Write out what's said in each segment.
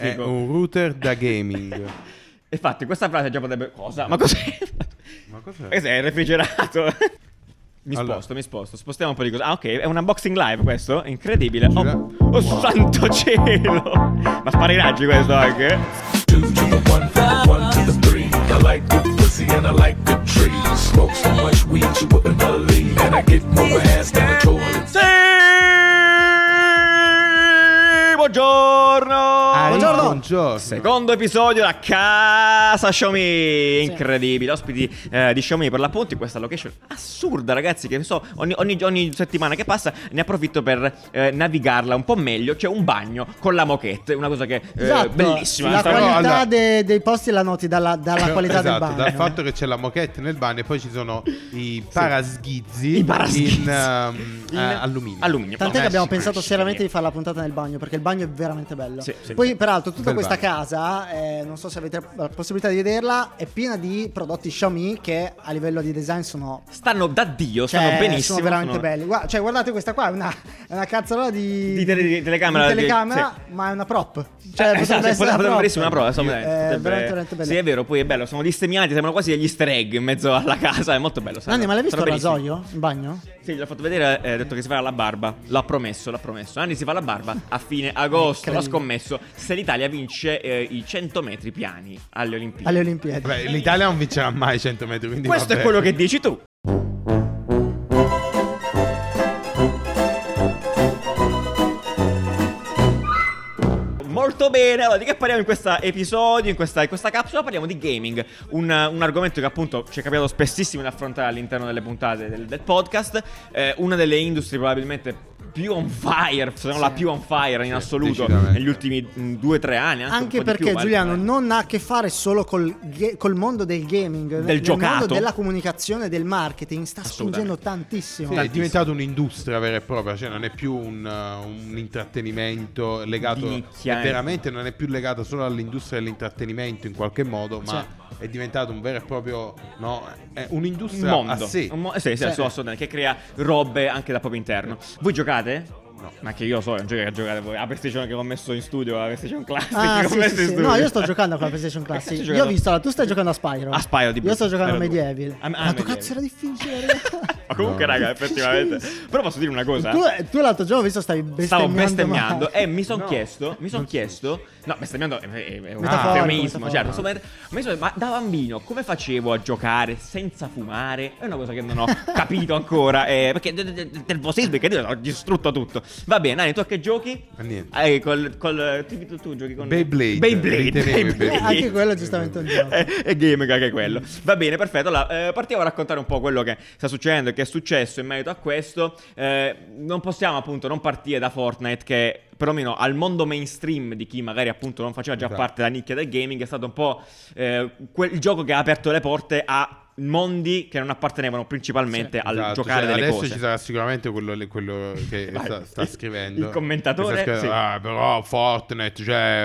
È un router da gaming. Infatti questa frase già potrebbe... Cosa? Ma cos'è? Ma cos'è? Questo è il refrigerato. Mi Allora. sposto. Spostiamo un po' di cose. Ah, ok, è un unboxing live questo? Incredibile. Oh, Wow. santo cielo. Ma spara i raggi questo anche. 2 to the 1, from the 1 to the 3. I like good pussy and I like good trees. Smoke so much weed you wouldn't believe. And I get more ass than a toilet. Sì! Buongiorno! Buongiorno. Secondo episodio da casa Xiaomi. Incredibile. Ospiti di Xiaomi per l'appunto in questa location assurda, ragazzi. Che so, ogni settimana che passa ne approfitto per navigarla un po' meglio. C'è un bagno con la moquette. Una cosa che Esatto, bellissima. la qualità allora- dei posti la noti dalla qualità del Esatto, bagno. dal fatto che c'è la moquette nel bagno e poi ci sono i paraschizzi, I paraschizzi. in alluminio. Tant'è che abbiamo sì, pensato sì. seriamente di fare la puntata nel bagno, perché il bagno è veramente bello. Sì, sì. Poi peraltro tutta Bel questa bagno. casa, non so se avete la possibilità di vederla, è piena di prodotti Xiaomi che a livello di design sono Stanno da Dio, stanno benissimo. sono veramente belli. Guardate questa qua, è una cazzarola di telecamera. di telecamera, ma è una prop. Cioè, Esatto, potrebbe essere una prova. Insomma, veramente bello. Sì, è vero. Poi è bello. Sono disseminati, sembrano quasi degli easter egg in mezzo alla casa. È molto bello. Nanni, ma l'hai visto il Sono bellissimi. rasoio in bagno? Sì, l'ho fatto vedere. Ha detto che si farà la barba. L'ha promesso. Nanni si fa la barba a fine agosto. L'ha Incredibile. scommesso. Se l'Italia vince i 100 metri piani alle Olimpiadi. Alle Olimpiadi. Beh, l'Italia non vincerà mai 100 metri, quindi Questo è vabbè. quello che dici tu. Molto bene, allora di che parliamo in questo episodio, in questa capsula? Parliamo di gaming, un argomento che appunto ci è capitato spessissimo di affrontare all'interno delle puntate del podcast, una delle industrie probabilmente più on fire, se non la più on fire in assoluto decisamente. negli ultimi 2-3 anni. Anche un po' di perché più, Giuliano guarda. non ha a che fare solo col mondo del gaming, nel giocato. mondo della comunicazione, del marketing, sta Assolutamente. spingendo tantissimo. Sì, è diventato un'industria vera e propria, cioè non è più un intrattenimento legato, Di nicchia, veramente non è più legato solo all'industria dell'intrattenimento in qualche modo, ma Cioè. è diventato un vero e proprio, no, è un'industria Un mondo, a sé. sì, assolutamente, che crea robe anche da proprio interno. Voi giocate? No. Ma che io lo so, è un gioco che giocate voi. La PlayStation che ho messo in studio, la PlayStation Classic Ah, che ho sì, messo sì, in sì. studio. No, io sto giocando con la PlayStation Classic. Stai Io giocando- ho visto, tu stai giocando a Spyro. A Spyro di Io sto giocando a Spyro due. Medieval. A Ma tu Medieval. cazzo era difficile, ragazzi. Ma comunque, raga, effettivamente. Però posso dire una cosa? Tu l'altro giorno ho visto stavi Stavo bestemmiando. bestemmiando male. e mi sono chiesto. No, bestemmiando è un Metaforico, eufemismo, certo. metaforico. Ma da bambino come facevo a giocare senza fumare? È una cosa che non ho capito ancora. Perché nervosismo, che ho distrutto tutto. Va bene, Nani, tu a che giochi? Ma niente. Tu giochi con Beyblade. Ritenevi Beyblade. Anche quello è giustamente un gioco. È gaming anche quello. Va bene, perfetto. Allora, partiamo a raccontare un po' quello che sta succedendo e che è successo in merito a questo. Non possiamo appunto non partire da Fortnite, che perlomeno al mondo mainstream di chi magari appunto non faceva già Esatto. parte della nicchia del gaming è stato un po' il gioco che ha aperto le porte a mondi che non appartenevano principalmente al Esatto, giocare cioè, delle adesso cose. ci sarà sicuramente quello che Vai. sta scrivendo. Il commentatore, Che sta scrivendo, sì. però Fortnite, cioè,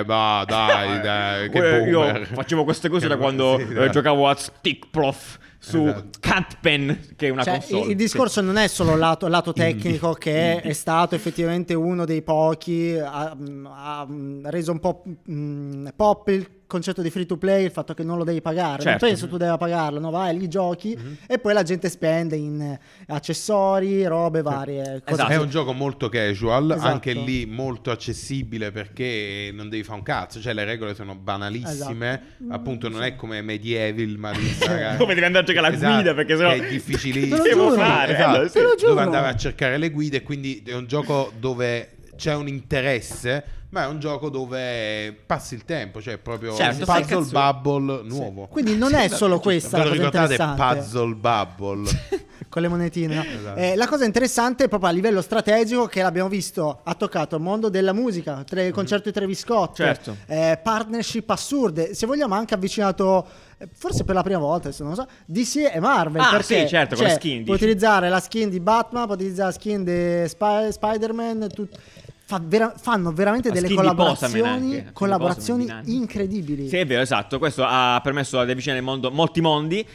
dai, che boomer. Io facevo queste cose da quando Sì, dai. giocavo a Stick Prof su Esatto. Cat Pen, che è una Cioè, console. il discorso non è solo lato tecnico, che è stato effettivamente uno dei pochi, ha reso un po' pop il concetto di free to play, il fatto che non lo devi pagare. Certo. Non penso tu debba pagarlo, no? Vai lì, giochi e poi la gente spende in accessori, robe varie. cose Esatto. È così. un gioco molto casual, Esatto. anche lì molto accessibile perché non devi fare un cazzo, cioè le regole sono banalissime, appunto non è come Medieval, ma Come devi andare a giocare alla guida, perché sennò è difficilissimo. Te lo giuro. fare, Esatto, te lo giuro. dove andare a cercare le guide, quindi è un gioco dove c'è un interesse, ma è un gioco dove passi il tempo, cioè è proprio Certo, un fai puzzle cazzo- bubble nuovo. Quindi non è solo questa Ve la lo cosa ricordate interessante. Puzzle Bubble? Con le monetine, no? Esatto. La cosa interessante è proprio a livello strategico, che l'abbiamo visto, ha toccato il mondo della musica, il concerto di Travis Scott, Certo. partnership assurde, se vogliamo anche avvicinato, forse per la prima volta, adesso non lo so, DC e Marvel, Ah, perché sì, certo, con le cioè, skin, puoi dici. utilizzare la skin di Batman, puoi utilizzare la skin di Spider-Man, fanno veramente A delle Skin di Posamen anche. collaborazioni Skin di Posamen incredibili. Sì, è vero, esatto. Questo ha permesso di avvicinare il mondo, molti mondi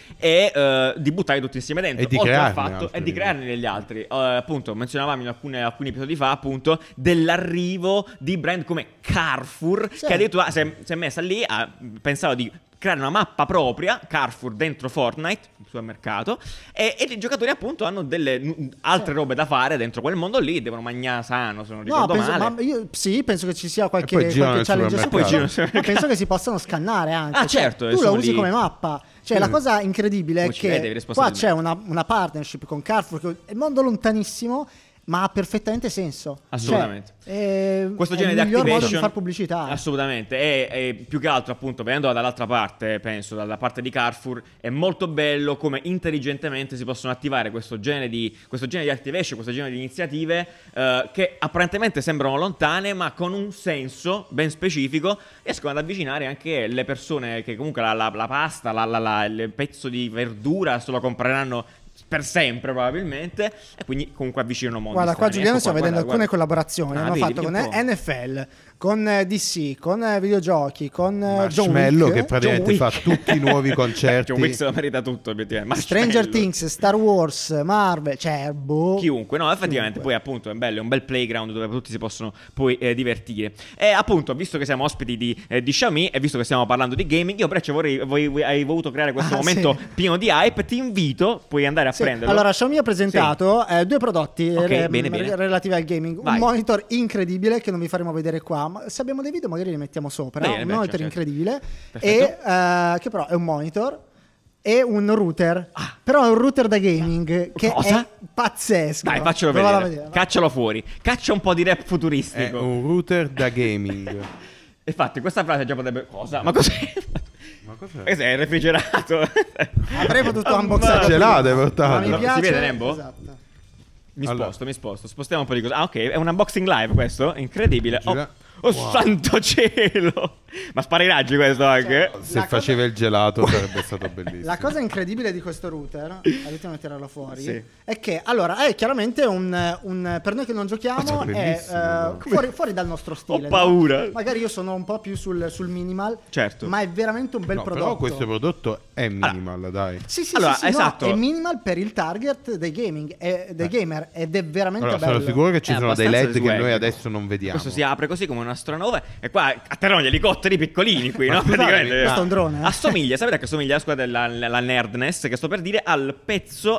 e di buttare tutti insieme dentro. E di oltre al crearne fatto altri. e di crearne degli altri. Appunto, menzionavamo in alcuni episodi fa, appunto, dell'arrivo di brand come Carrefour, Sì. che addirittura si è messa lì, ha pensato di creare una mappa propria, Carrefour, dentro Fortnite, sul mercato, e i giocatori appunto hanno delle altre robe da fare dentro quel mondo lì, devono mangiare sano, se non No, ricordo male. io penso che ci sia qualche, E poi girano nel challenge su supermercato. questo, ma penso che si possano scannare anche. Ah, certo, tu lo sono usi lì. come mappa. Cioè, la cosa incredibile è Come ci vede, che risposta qua del c'è una partnership con Carrefour, che è un mondo lontanissimo, ma ha perfettamente senso. Assolutamente. Cioè, Questo è genere di il miglior modo activation di far pubblicità. assolutamente e più che altro appunto vedendo dall'altra parte, penso dalla parte di Carrefour, è molto bello come intelligentemente si possono attivare questo genere di activation, questo genere di iniziative che apparentemente sembrano lontane ma con un senso ben specifico riescono ad avvicinare anche le persone che comunque la pasta, il pezzo di verdura se lo compreranno per sempre probabilmente, e quindi comunque avvicinano mondi Guarda, qua strani. Giuliano Ecco stiamo qua, vedendo guarda, alcune guarda. collaborazioni. Ah, Hanno vedi, fatto con vedi un po'. NFL, con DC, con videogiochi, con John Marshmallow Wick, che praticamente John fa Wick. tutti i nuovi concerti. John Wick se lo merita tutto, obiettivamente. Stranger Marshmallow. Things, Star Wars, Marvel, cioè boh. Chiunque, no, effettivamente Chiunque. poi appunto è bello, è un bel playground dove tutti si possono poi divertire. E appunto, visto che siamo ospiti di Xiaomi e visto che stiamo parlando di gaming, io Breccia hai voluto creare questo momento sì. pieno di hype, ti invito, puoi andare a Sì, prenderlo. allora Xiaomi ha presentato due prodotti Ok, bene. relativi al gaming. Vai. Un monitor incredibile che non vi faremo vedere qua, ma se abbiamo dei video magari li mettiamo sopra. Bene, Un beh, monitor certo. incredibile Perfetto. e che però è un monitor e un router. Però è un router da gaming che Cosa? è pazzesco. Dai, faccelo Provalo a vedere. vai. Caccialo fuori. Caccia un po' di rap È futuristico. un router da gaming. Infatti, questa frase già potrebbe. Cosa? Ma cos'è? Ma cos'è? Questo è refrigerato. Avrei potuto Ammazza. unboxare. Ce l'ha, prima, portato. ma mi Si piace. vede, Nembo? Esatto. Mi Allora. sposto. Spostiamo un po' di cose. Ah, ok, è un unboxing live questo. Incredibile. Gira- Oh, Wow. santo cielo! Ma spara i raggi questo anche? Se La faceva il gelato sarebbe stato bellissimo. La cosa incredibile di questo router, aiutiamo a tirarlo fuori, Sì. è che allora è chiaramente un per noi che non giochiamo, Oh, è bellissimo. fuori dal nostro stile. Ho paura. no? Magari io sono un po' più sul minimal, Certo. ma è veramente un bel No, prodotto. però questo prodotto è minimal, dai. Sì, Allora, sì, esatto. no, è minimal per il target dei gaming, dei gamer ed è veramente Allora, bello. sono sicuro che ci È sono dei LED abbastanza che noi swag. adesso non vediamo. Questo si apre così come una astronave e qua atterrano gli elicotteri piccolini qui, Ma no? scusate, Praticamente. questo è un drone, eh? Assomiglia, sapete che assomiglia alla nerdness che sto per dire al pezzo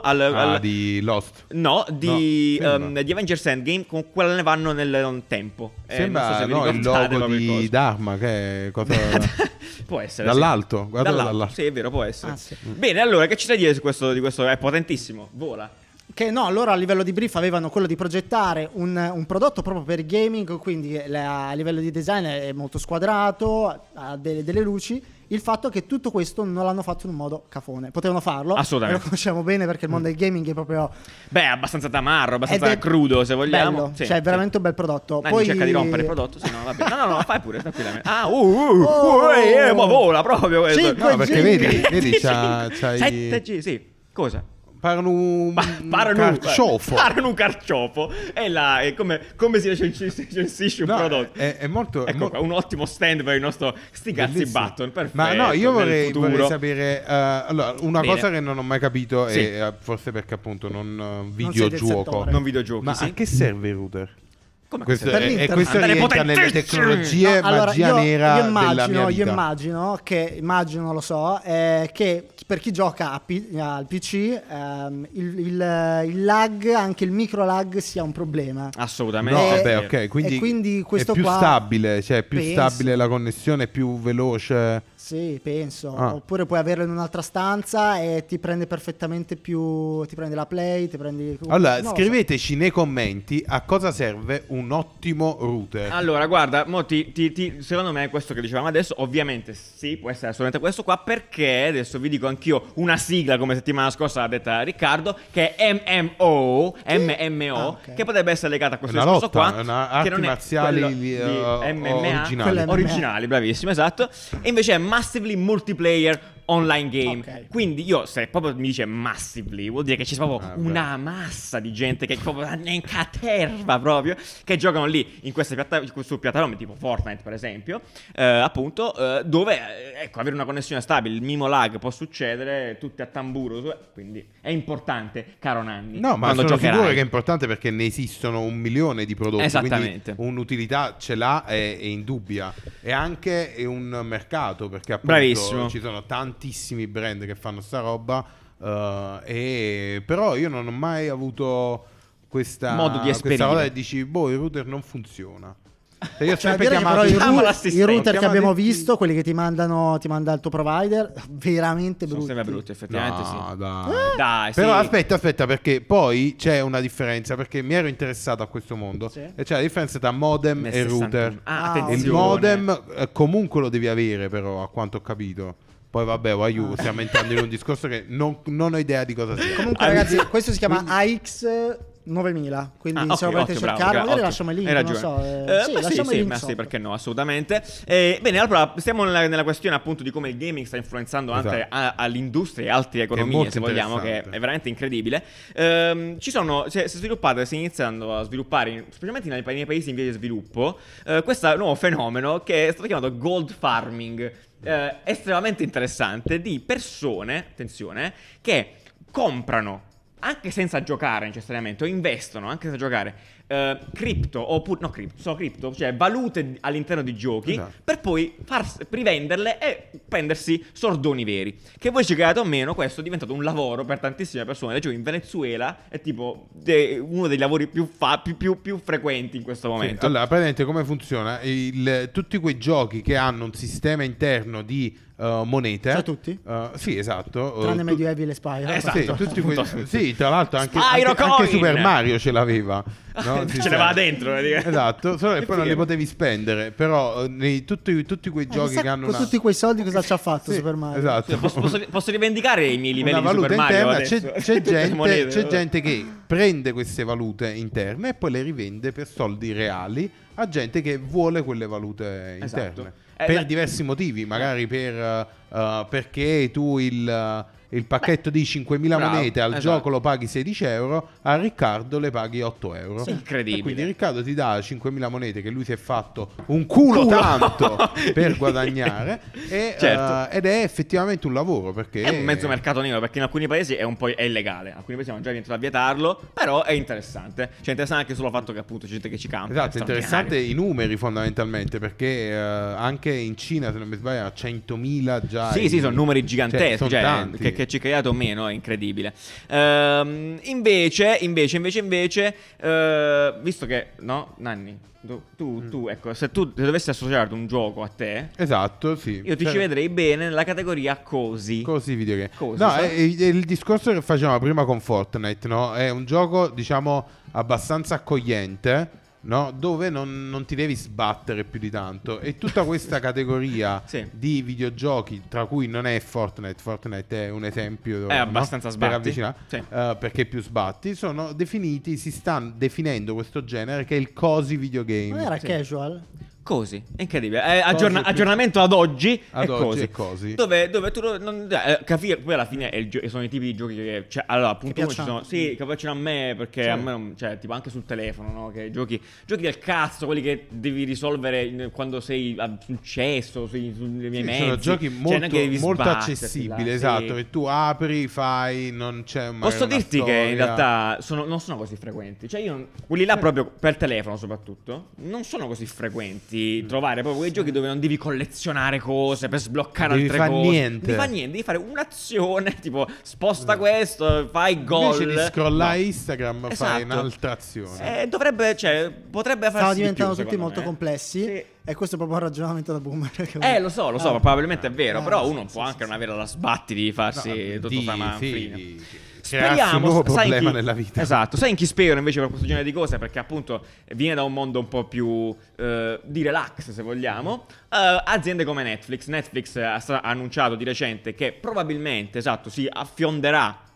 di Lost. No, di No, sembra. di Avengers Endgame con quella ne vanno nel tempo. Non Sembra so se vi no, il ricordate logo proprio il di coso. Dharma, che è cosa... Può essere Dall'alto, sì. guardalo Dall'alto. dall'alto. Sì, è vero, può essere. Ah, sì. Bene, allora che ci sai dire su questo? Di questo è potentissimo. Vola. Che no, loro a livello di brief avevano quello di progettare un prodotto proprio per il gaming, quindi a livello di design è molto squadrato, ha delle luci. Il fatto è che tutto questo non l'hanno fatto in un modo cafone. Potevano farlo, Assolutamente. e lo conosciamo bene perché il mondo del gaming è proprio Beh, è abbastanza tamarro, abbastanza ed è crudo se vogliamo. bello, Sì, cioè è sì. veramente un bel prodotto. Dai, Poi cerca di rompere il prodotto, se no va bene. No, fai pure, tranquillamente. Ah, Oh! ma vola proprio questo. 5G. No, perché vedi c'hai... 7G, sì. Cosa? Parano un carciofo. Parano un carciofo. E là, è come si recensisce un No, prodotto. è molto... Ecco qua, un ottimo stand per il nostro sti cazzi Bellissimo. button. Perfetto. Ma no, io nel futuro. vorrei sapere allora, una Bene. cosa che non ho mai capito Sì. e forse perché appunto non siete del videogioco. settore. Non videogiochi, Ma sì. a che serve il router? Come Questo che Per è, e l'internet. questo Andare rientra nelle potentissimi. tecnologie No, allora, magia io nera della mia io vita. immagino che, non lo so, che per chi gioca al PC il lag, anche il micro lag sia un problema. Assolutamente. No, E- vabbè, ok, quindi, e quindi questo è più qua- stabile, cioè è più penso. stabile la connessione, è più veloce. Sì, penso. Ah. Oppure puoi averlo in un'altra stanza e ti prende perfettamente più. Ti prende la play, ti prendi. Allora, non lo so. scriveteci nei commenti a cosa serve un ottimo router. Allora, guarda, secondo me questo che dicevamo adesso, ovviamente sì, può essere assolutamente questo qua, perché adesso vi dico anch'io una sigla come settimana scorsa l'ha detta Riccardo, che è MMO, Ah, ok. che potrebbe essere legata a questo Una discorso lotta, qua, una che arti non è marziali quello di MMA, originali. Quello è MMA. originali, bravissimo, esatto. E invece è Massively Multiplayer online game. Ok. Quindi io, se proprio mi dice massively, vuol dire che c'è proprio una massa di gente che proprio ne caterva proprio, che giocano lì in queste su piattaforme tipo Fortnite per esempio, appunto, dove ecco, avere una connessione stabile, il minimo lag può succedere, tutti a tamburo, quindi è importante, caro Nanni. No, ma quando sono giocherai. sicuro che è importante perché ne esistono 1 milione di prodotti. Esattamente. Quindi un'utilità ce l'ha, è indubbia. E anche è un mercato, perché appunto Bravissimo. ci sono tantissimi brand che fanno sta roba. Però io non ho mai avuto questa modo di questa esperire. cosa che dici, boh, il router non funziona. Se io ho Cioè, sempre direi che però chiamato Chiama i l'assistente. router che Chiama abbiamo tutti. visto, quelli che ti manda il tuo provider, veramente Sono brutti. sempre brutti, effettivamente No, sì. dai. Dai, Però sì. aspetta, perché poi c'è una differenza, perché mi ero interessato a questo mondo, Sì. e c'è la differenza tra modem e router. Ah, Ah, attenzione. Il modem comunque lo devi avere, però, a quanto ho capito. Poi vabbè, stiamo entrando in un discorso che non ho idea di cosa sia. Comunque, ragazzi, questo si chiama AX 9000. Quindi Ah, se ok, lo volete ottimo, bravo, cercare, magari ottimo. lasciamo il link. Hai Non ragione. so. Sì, Ma lasciamo il link. ma sì, sopra. perché no, assolutamente. Bene, allora stiamo nella questione appunto di come il gaming sta influenzando anche Esatto. all'industria e altre economie, molto se vogliamo, che interessante. è veramente incredibile. Si è iniziando a sviluppare, specialmente nei paesi in via di sviluppo, questo nuovo fenomeno che è stato chiamato gold farming. Estremamente interessante, di persone, attenzione, che comprano anche senza giocare necessariamente, o investono anche senza giocare, cripto, oppure no, sono cripto, cioè valute all'interno di giochi, Esatto. per poi rivenderle e prendersi soldoni veri. Che voi ci credete o meno, questo è diventato un lavoro per tantissime persone. Leggevo in Venezuela è tipo uno dei lavori più frequenti in questo Sì, momento. allora, praticamente come funziona? Tutti quei giochi che hanno un sistema interno di monete. Cioè tutti? Sì, esatto. Tranne Medioevi e Spyro. Esatto. Sì, tutti sì, tra l'altro anche Spyro Coin! Super Mario ce l'aveva. No? Ce ne va dentro, Esatto, solo che poi non li potevi spendere. Però tutti quei giochi che hanno con una... tutti quei soldi cosa ci ha fatto Sì, Super Mario? esatto. Posso rivendicare i miei livelli Una di valuta Super Mario interna, adesso? c'è Tutte le monete. c'è gente che prende queste valute interne e poi le rivende per soldi reali a gente che vuole quelle valute Esatto. interne per La- diversi motivi, magari perché tu il pacchetto di 5.000 bravo, monete al esatto. gioco lo paghi 16 euro, a Riccardo le paghi 8 euro. Incredibile. E quindi Riccardo ti dà 5.000 monete che lui si è fatto un culo tanto per guadagnare Certo. ed è effettivamente un lavoro, perché È un mezzo mercato nero, perché in alcuni paesi è un po' è illegale. Alcuni paesi hanno già iniziato a vietarlo, però è interessante. Cioè, interessante anche solo il fatto che appunto c'è gente che ci campa. Esatto, è interessante straordinario. i numeri fondamentalmente, perché anche in Cina, se non mi sbaglio, a 100.000 già. Sì, sono numeri giganteschi, sono tanti. che ci create o meno, è incredibile. Invece, visto che, no, Nanni, tu, ecco, se dovessi associare un gioco a te, Esatto, sì. io ti ci vedrei bene nella categoria così. Così videogame. Così, No, so. è il discorso che facevamo prima con Fortnite, no? È un gioco, diciamo, abbastanza accogliente, no? Dove non ti devi sbattere più di tanto. E tutta questa categoria Sì. di videogiochi, tra cui non è Fortnite, Fortnite è un esempio, È abbastanza per sbatti. avvicinare, Sì. perché più sbatti, si stanno definendo questo genere che è il cozy videogame. Non era Sì. casual? Così, è incredibile. Così, Aggiornamento ad oggi. Ad è oggi così. è così. Dove tu capire, poi alla fine sono i tipi di giochi che. Cioè, allora, appunto, Che ci piacciono. sono. Sì, che piacciono a me. Perché Sì. a me non. Cioè, tipo anche sul telefono, no? Che giochi del cazzo, quelli che devi risolvere quando sei al successo, sui miei mezzi. Sono giochi Cioè, molto, non è che devi molto sbatterti accessibili, là, esatto, sì. che tu apri, fai, non c'è mai Posso una dirti che in storia. realtà non sono così frequenti. Cioè, quelli là proprio per telefono, soprattutto, non sono così frequenti. Trovare proprio quei giochi dove non devi collezionare cose per sbloccare Devi altre far cose. niente. Devi fare niente, devi fare un'azione, tipo sposta questo, fai gol. Invece di scrollare No. Instagram fai Esatto. un'altra azione. Potrebbe farsi Stanno di diventando più, tutti secondo molto me. complessi. Sì. E questo è proprio un ragionamento da boomer. Lo so, probabilmente è vero, però uno sì, può sì, anche sì. non avere la sbatti di farsi tutto Di- fa sì, manfrina. di crearsi un nuovo sai problema in chi- nella vita. Esatto, sai in chi spero invece per questo genere di cose? Perché appunto viene da un mondo un po' più di relax, se vogliamo. Aziende come Netflix ha annunciato di recente che probabilmente, esatto, si affionderà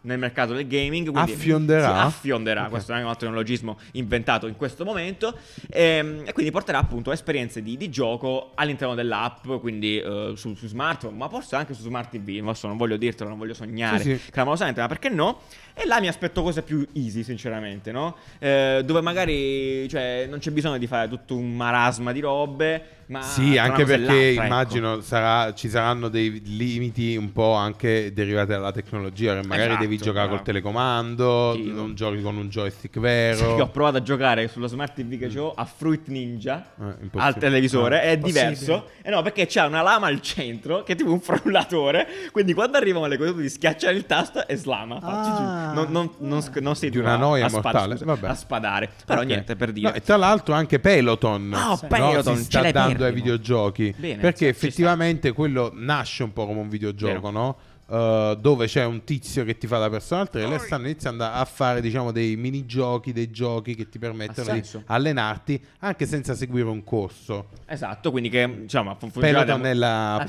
nel mercato del gaming. Quindi Affionderà? Okay. Questo è anche un altro neologismo inventato in questo momento. E quindi porterà appunto esperienze di gioco all'interno dell'app, quindi su smartphone, ma forse anche su smart TV. Non voglio dirtelo, non voglio sognare clamorosamente, ma perché no? E là mi aspetto cose più easy, sinceramente, no? Dove magari, cioè, non c'è bisogno di fare tutto un marasma di robe, ma sì, anche perché ecco. immagino ci saranno dei limiti un po' anche derivati dalla tecnologia, che magari devi giocare col telecomando, non giochi con un joystick vero. Sì, ho provato a giocare sullo smart TV che ho a Fruit Ninja al televisore, è diverso. No, perché c'è una lama al centro che è tipo un frullatore, quindi quando arrivano le cose tu devi schiacciare il tasto e slama. Non sei di una noia mortale, a spadare. Però niente, per dire. No, e tra l'altro anche Peloton, Peloton si sta dando ai primo. videogiochi. Bene, perché effettivamente quello nasce un po' come un videogioco, no? Dove c'è un tizio che ti fa da personal trainer, stanno iniziando a fare, diciamo, dei minigiochi, dei giochi che ti permettono di allenarti anche senza seguire un corso. Esatto, quindi che diciamo Peloton è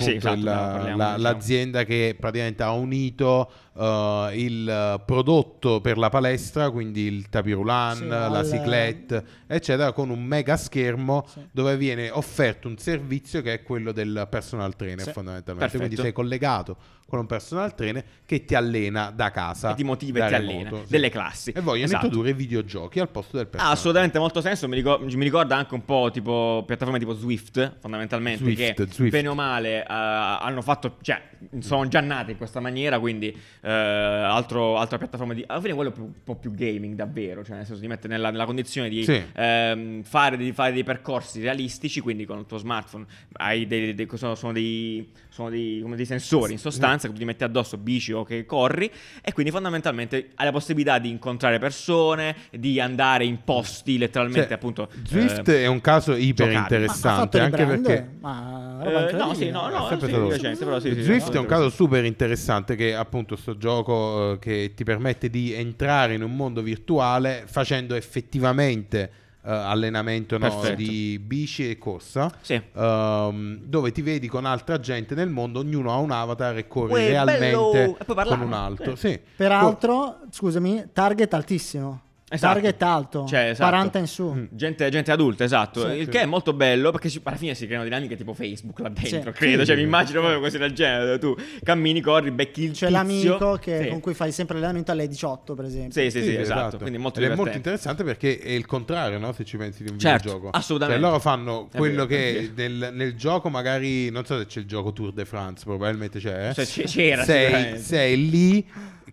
l'azienda che praticamente ha unito il prodotto per la palestra, quindi il tapirulan, la cyclette, eccetera, con un mega schermo dove viene offerto un servizio che è quello del personal trainer, fondamentalmente. Perfetto. Quindi sei collegato con un personal trainer che ti allena da casa, e ti motiva e ti allena delle classi. E vogliono introdurre i videogiochi al posto del personal. Ha assolutamente molto senso. Mi ricorda anche un po' tipo piattaforme tipo Zwift, fondamentalmente, Zwift. Bene o male hanno fatto, cioè sono già nate in questa maniera, quindi altra piattaforma alla fine quello è un po' più gaming davvero, cioè nel senso ti mette nella condizione di fare dei percorsi realistici, quindi con il tuo smartphone hai sono dei come dei sensori in sostanza che tu ti metti addosso, bici o che corri, e quindi fondamentalmente hai la possibilità di incontrare persone, di andare in posti letteralmente, appunto. Zwift è un caso iper interessante, anche perché Zwift è un caso super interessante, che appunto sto gioco che ti permette di entrare in un mondo virtuale facendo effettivamente allenamento di bici e corsa, dove ti vedi con altra gente nel mondo, ognuno ha un avatar e corri realmente con un altro. Peraltro, scusami, target altissimo. Target alto, cioè, 40 in su. Gente adulta, esatto. Il che è molto bello, perché alla fine si creano dinamiche tipo Facebook là dentro, credo. Cioè, mi immagino proprio cose del genere. Tu cammini, corri, becchi il tizio. C'è l'amico con cui fai sempre l'allenamento alle 18, per esempio. Sì, esatto. Quindi molto è molto interessante, perché è il contrario, no? Se ci pensi, di un videogioco. Assolutamente. Cioè, loro fanno quello che nel gioco, magari, non so se c'è il gioco Tour de France, probabilmente c'è. C'era. Sei lì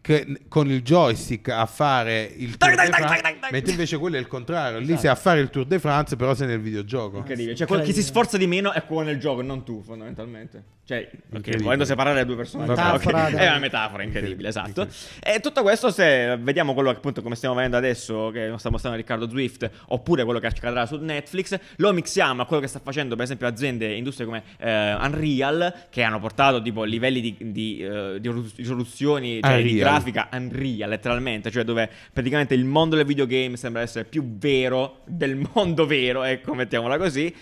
con il joystick a fare il Tour de France, mentre invece quello è il contrario. Lì sei a fare il Tour de France, però sei nel videogioco. Incredibile. Cioè, chi si sforza di meno è quello nel gioco, non tu, fondamentalmente. Cioè, volendo separare le due persone, è una metafora incredibile, esatto. E tutto questo, se vediamo quello che appunto come stiamo vedendo adesso, che sta mostrando Riccardo Zwift, oppure quello che accadrà su Netflix, lo mixiamo a quello che sta facendo per esempio aziende, industrie come Unreal, che hanno portato tipo livelli di risoluzioni, cioè di grafica Unreal, letteralmente, cioè dove praticamente il mondo del videogame sembra essere più vero del mondo vero, ecco, mettiamola così.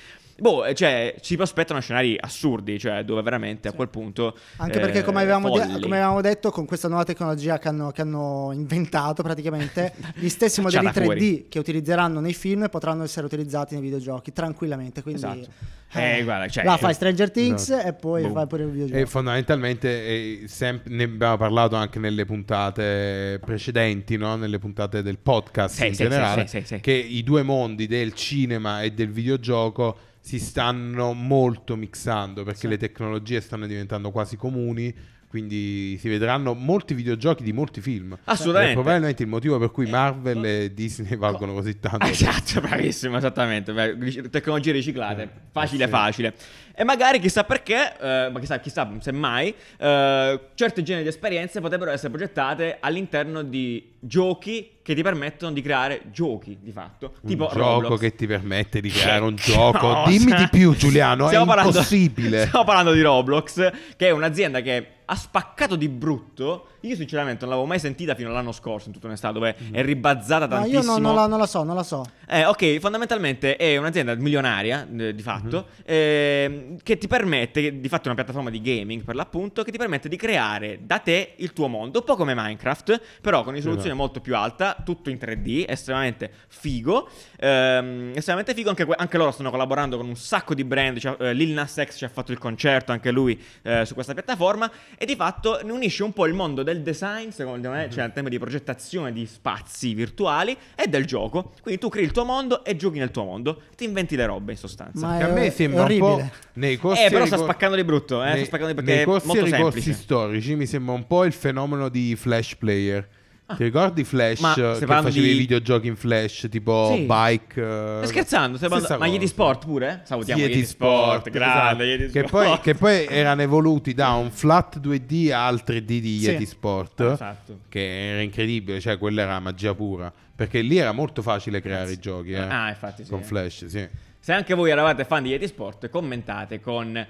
Cioè, ci prospettano scenari assurdi, cioè dove veramente a quel punto anche perché come avevamo detto, con questa nuova tecnologia che hanno inventato praticamente, gli stessi modelli 3D che utilizzeranno nei film potranno essere utilizzati nei videogiochi tranquillamente, quindi guarda, cioè, là fai Stranger Things e poi fai pure il videogioco. E fondamentalmente ne abbiamo parlato anche nelle puntate precedenti, no? Nelle puntate del podcast in generale, che i due mondi del cinema e del videogioco si stanno molto mixando, perché le tecnologie stanno diventando quasi comuni, quindi si vedranno molti videogiochi di molti film. Assolutamente. Probabilmente il motivo per cui Marvel e Disney valgono così tanto. Esatto, bravissimo, esattamente. Tecnologie riciclate, facile. E magari chissà perché, ma chissà semmai, certi generi di esperienze potrebbero essere progettate all'interno di giochi che ti permettono di creare giochi, di fatto. Tipo un Roblox. gioco che ti permette di creare un gioco. Dimmi di più, Giuliano, è impossibile. Stiamo parlando di Roblox, che è un'azienda che ha spaccato di brutto. Io sinceramente non l'avevo mai sentita fino all'anno scorso, in tutta onestà, dove è ribazzata tantissimo. Io non la so. Ok, fondamentalmente è un'azienda milionaria, di fatto, che ti permette, di fatto è una piattaforma di gaming per l'appunto, che ti permette di creare da te il tuo mondo, un po' come Minecraft, però con risoluzione molto più alta, tutto in 3D, estremamente figo. Anche loro stanno collaborando con un sacco di brand, Lil Nas X ci ha fatto il concerto, anche lui su questa piattaforma, e di fatto ne unisce un po' il mondo del design, secondo me, cioè il tema di progettazione di spazi virtuali e del gioco. Quindi tu crei il tuo mondo e giochi nel tuo mondo, ti inventi le robe in sostanza. Ma che a me sembra un po' nei costi però sta spaccando di brutto, sta spaccando perché nei è costi molto e semplice. ricorsi storici mi sembra un po' il fenomeno di Flash Player. Ti ricordi Flash che facevi i videogiochi in Flash tipo Bike? Stai scherzando? Ma Yeti Sport pure? Salutiamo Yeti Sport, grande Yeti Sport. Che poi erano evoluti da un flat 2D al 3D di Yeti Sport, esatto. Che era incredibile, cioè quella era magia pura, perché lì era molto facile creare i giochi infatti con Flash, sì. Se anche voi eravate fan di Yeti Sport, commentate con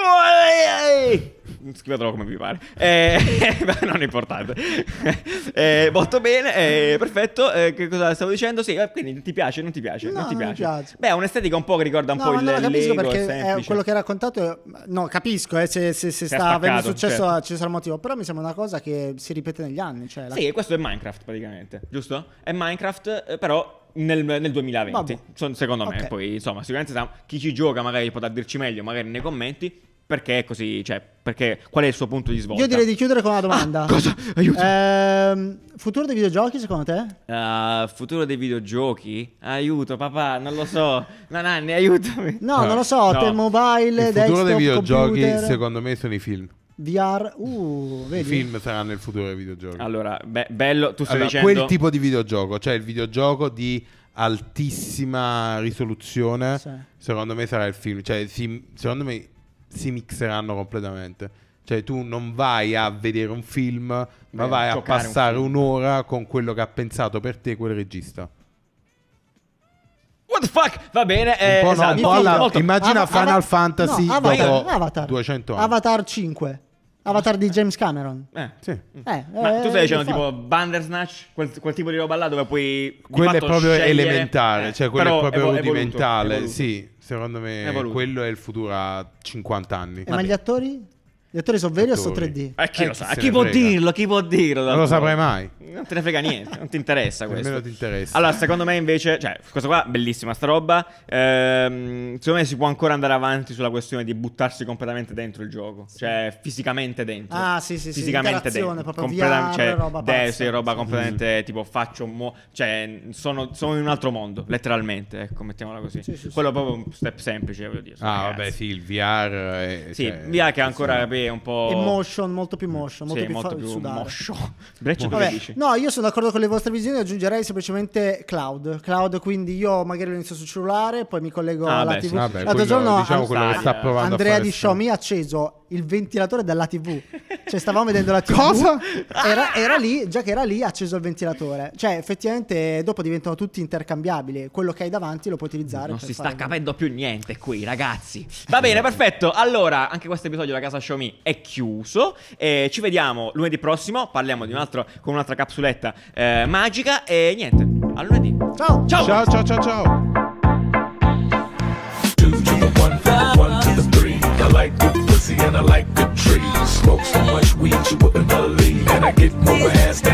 scrivetelo come vi pare. Non è importante. Molto bene, perfetto. Che cosa stavo dicendo? Sì, quindi ti piace? Non ti piace? No, non ti piace? Non mi piace. Beh, è un'estetica un po' che ricorda un po' il Lego. Capisco perché semplice. quello che hai raccontato. No, capisco se sta avendo successo, certo. ci sarà un motivo. Però mi sembra una cosa che si ripete negli anni. Sì, questo è Minecraft praticamente, giusto? È Minecraft, però nel 2020, secondo me. Poi insomma sicuramente chi ci gioca magari potrà dirci meglio magari nei commenti, perché è così, cioè perché qual è il suo punto di svolta. Io direi di chiudere con una domanda. Cosa? Aiuto. Futuro dei videogiochi secondo te? Futuro dei videogiochi? Aiuto papà, non lo so. Nanni, aiutami. No, non lo so. Te mobile, il futuro dei videogiochi secondo me sono i film. VR, vedi? I film saranno il futuro dei videogiochi. Allora, bello, tu stai dicendo quel tipo di videogioco, cioè il videogioco di altissima risoluzione, secondo me sarà il film. Cioè, secondo me si mixeranno completamente. Cioè, tu non vai a vedere un film, ma vai a passare un'ora con quello che ha pensato per te quel regista. What the fuck? Va bene, immagina Final Fantasy dopo Avatar. 200 anni. Avatar 5. Avatar di James Cameron. Sì. Ma tu stai dicendo tipo Bandersnatch, quel tipo di roba là dove puoi quello è proprio scegliere, elementare, cioè quello è proprio rudimentale. Evoluto. Sì, secondo me quello è il futuro a 50 anni. Ma gli attori? Gli attori sono veri o sono 3D? Chi lo sa? Chi può dirlo? Non lo saprai mai. Non te ne frega niente, non ti interessa questo. Nemmeno ti interessa. Allora, secondo me invece, cioè, questa qua bellissima sta roba. Secondo me si può ancora andare avanti sulla questione di buttarsi completamente dentro il gioco, cioè fisicamente dentro. Sì, fisicamente dentro. Proprio VR, roba pazza. Roba completamente tipo cioè sono in un altro mondo, letteralmente, ecco, mettiamola così. Quello è proprio un step semplice, voglio dire. Vabbè, sì, il VR VR che ancora è un po' emotion, molto più motion, molto più sudare. Breccia, cosa dici? No, io sono d'accordo con le vostre visioni, aggiungerei semplicemente cloud, quindi io magari lo inizio sul cellulare, poi mi collego alla TV. L'altro giorno diciamo quello che sta provando Andrea a fare di Xiaomi ha acceso il ventilatore della TV. Cioè stavamo vedendo la TV. Cosa? Era lì, già che era lì, ha acceso il ventilatore. Cioè effettivamente dopo diventano tutti intercambiabili. Quello che hai davanti lo puoi utilizzare. Non si sta capendo più niente qui, ragazzi. Va bene, perfetto. Allora, anche questo episodio della casa Xiaomi è chiuso. Ci vediamo lunedì prossimo. Parliamo di con un'altra capsuletta magica. E niente, a lunedì. Ciao. One to the three. I like good pussy and I like good trees. Smoke so much weed you wouldn't believe, and I get more ass than